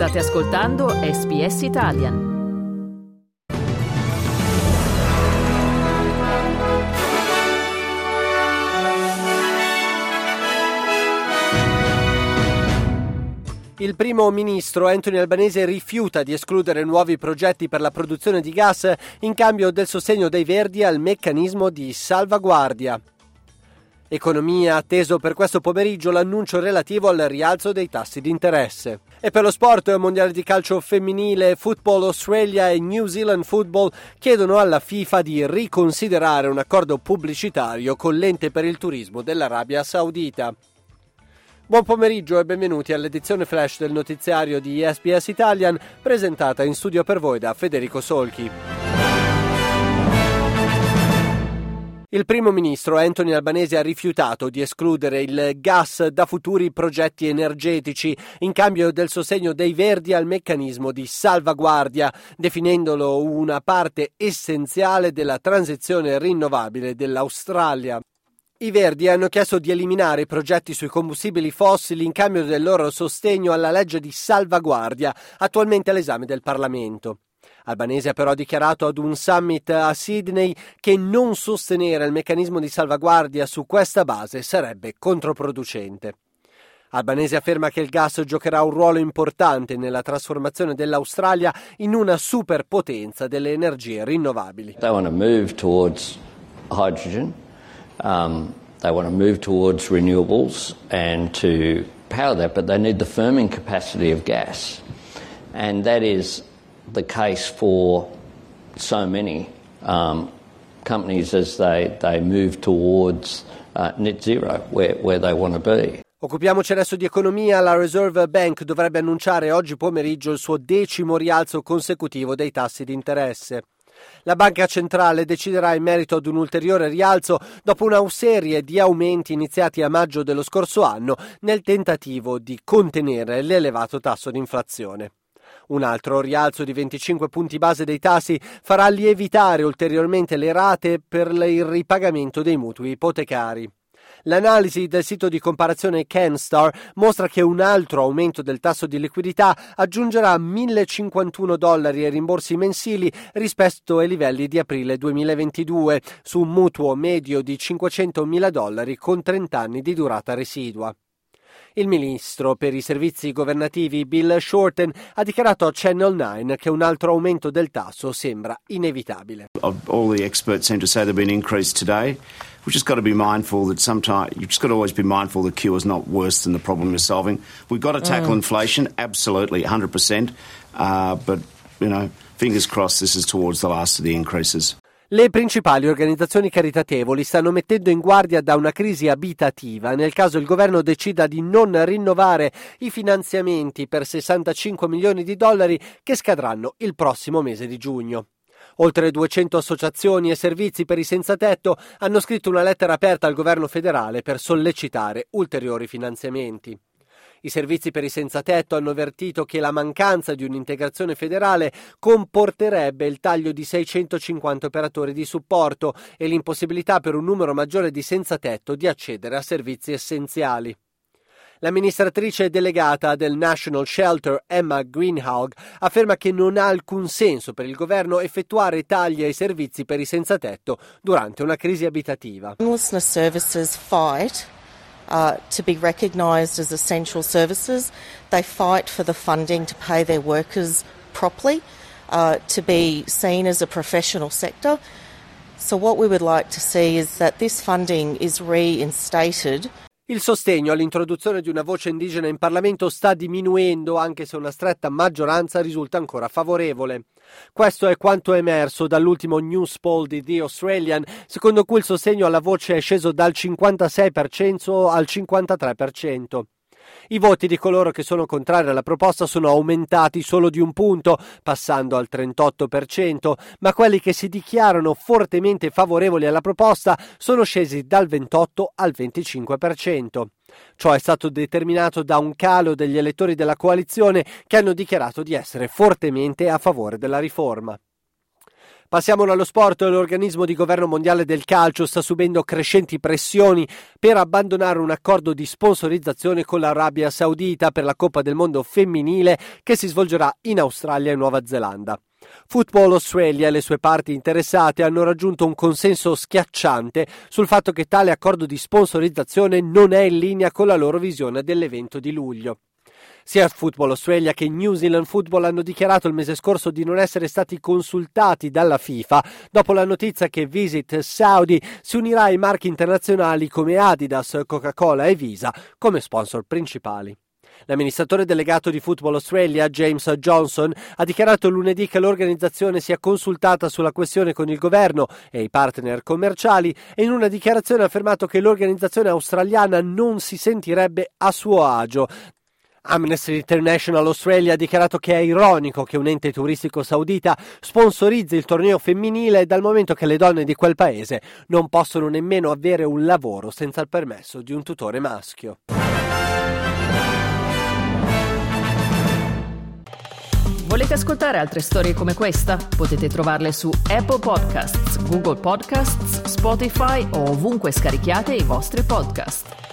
State ascoltando SBS Italian. Il primo ministro Anthony Albanese rifiuta di escludere nuovi progetti per la produzione di gas in cambio del sostegno dei Verdi al meccanismo di salvaguardia. Economia, atteso per questo pomeriggio l'annuncio relativo al rialzo dei tassi di interesse. E per lo sport, mondiale di calcio femminile, Football Australia e New Zealand Football chiedono alla FIFA di riconsiderare un accordo pubblicitario con l'ente per il turismo dell'Arabia Saudita. Buon pomeriggio e benvenuti all'edizione flash del notiziario di SBS Italian, presentata in studio per voi da Federico Solchi. Il primo ministro Anthony Albanese ha rifiutato di escludere il gas da futuri progetti energetici in cambio del sostegno dei Verdi al meccanismo di salvaguardia, definendolo una parte essenziale della transizione rinnovabile dell'Australia. I Verdi hanno chiesto di eliminare i progetti sui combustibili fossili in cambio del loro sostegno alla legge di salvaguardia, attualmente all'esame del Parlamento. Albanese ha però dichiarato ad un summit a Sydney che non sostenere il meccanismo di salvaguardia su questa base sarebbe controproducente. Albanese afferma che il gas giocherà un ruolo importante nella trasformazione dell'Australia in una superpotenza delle energie rinnovabili. They want to move towards hydrogen. They want to move towards renewables and to power that, but they need the firming capacity of gas. And that is the case for so many companies as they move towards net zero, where they want to be. Occupiamoci adesso di economia. La Reserve Bank dovrebbe annunciare oggi pomeriggio il suo 10° rialzo consecutivo dei tassi di interesse. La banca centrale deciderà in merito ad un ulteriore rialzo dopo una serie di aumenti iniziati a maggio dello scorso anno nel tentativo di contenere l'elevato tasso di inflazione. Un altro rialzo di 25 punti base dei tassi farà lievitare ulteriormente le rate per il ripagamento dei mutui ipotecari. L'analisi del sito di comparazione CanStar mostra che un altro aumento del tasso di liquidità aggiungerà $1.051 ai rimborsi mensili rispetto ai livelli di aprile 2022, su un mutuo medio di $500.000 con 30 anni di durata residua. Il ministro per i servizi governativi Bill Shorten ha dichiarato a Channel 9 che un altro aumento del tasso sembra inevitabile. All the experts seem to say there've been an increase today. We've just got to be mindful that sometimes you've just got to always be mindful the cure is not worse than the problem you're solving. We've got to tackle inflation, absolutely, 100%. But, fingers crossed this is towards the last of the increases. Le principali organizzazioni caritatevoli stanno mettendo in guardia da una crisi abitativa nel caso il governo decida di non rinnovare i finanziamenti per $65 milioni che scadranno il prossimo mese di giugno. Oltre 200 associazioni e servizi per i senzatetto hanno scritto una lettera aperta al governo federale per sollecitare ulteriori finanziamenti. I servizi per i senzatetto hanno avvertito che la mancanza di un'integrazione federale comporterebbe il taglio di 650 operatori di supporto e l'impossibilità per un numero maggiore di senzatetto di accedere a servizi essenziali. L'amministratrice delegata del National Shelter, Emma Greenhalgh, afferma che non ha alcun senso per il governo effettuare tagli ai servizi per i senzatetto durante una crisi abitativa. Homelessness services fight to be recognised as essential services. They fight for the funding to pay their workers properly, to be seen as a professional sector. So what we would like to see is that this funding is reinstated. Il sostegno all'introduzione di una voce indigena in Parlamento sta diminuendo, anche se una stretta maggioranza risulta ancora favorevole. Questo è quanto è emerso dall'ultimo news poll di The Australian, secondo cui il sostegno alla voce è sceso dal 56% al 53%. I voti di coloro che sono contrari alla proposta sono aumentati solo di un punto, passando al 38%, ma quelli che si dichiarano fortemente favorevoli alla proposta sono scesi dal 28 al 25%. Ciò è stato determinato da un calo degli elettori della coalizione che hanno dichiarato di essere fortemente a favore della riforma. Passiamo allo sport. L'organismo di governo mondiale del calcio sta subendo crescenti pressioni per abbandonare un accordo di sponsorizzazione con l'Arabia Saudita per la Coppa del Mondo femminile che si svolgerà in Australia e Nuova Zelanda. Football Australia e le sue parti interessate hanno raggiunto un consenso schiacciante sul fatto che tale accordo di sponsorizzazione non è in linea con la loro visione dell'evento di luglio. Sia Football Australia che New Zealand Football hanno dichiarato il mese scorso di non essere stati consultati dalla FIFA dopo la notizia che Visit Saudi si unirà ai marchi internazionali come Adidas, Coca-Cola e Visa come sponsor principali. L'amministratore delegato di Football Australia, James Johnson, ha dichiarato lunedì che l'organizzazione sia consultata sulla questione con il governo e i partner commerciali e in una dichiarazione ha affermato che l'organizzazione australiana non si sentirebbe a suo agio. Amnesty International Australia ha dichiarato che è ironico che un ente turistico saudita sponsorizzi il torneo femminile dal momento che le donne di quel paese non possono nemmeno avere un lavoro senza il permesso di un tutore maschio. Volete ascoltare altre storie come questa? Potete trovarle su Apple Podcasts, Google Podcasts, Spotify o ovunque scarichiate i vostri podcast.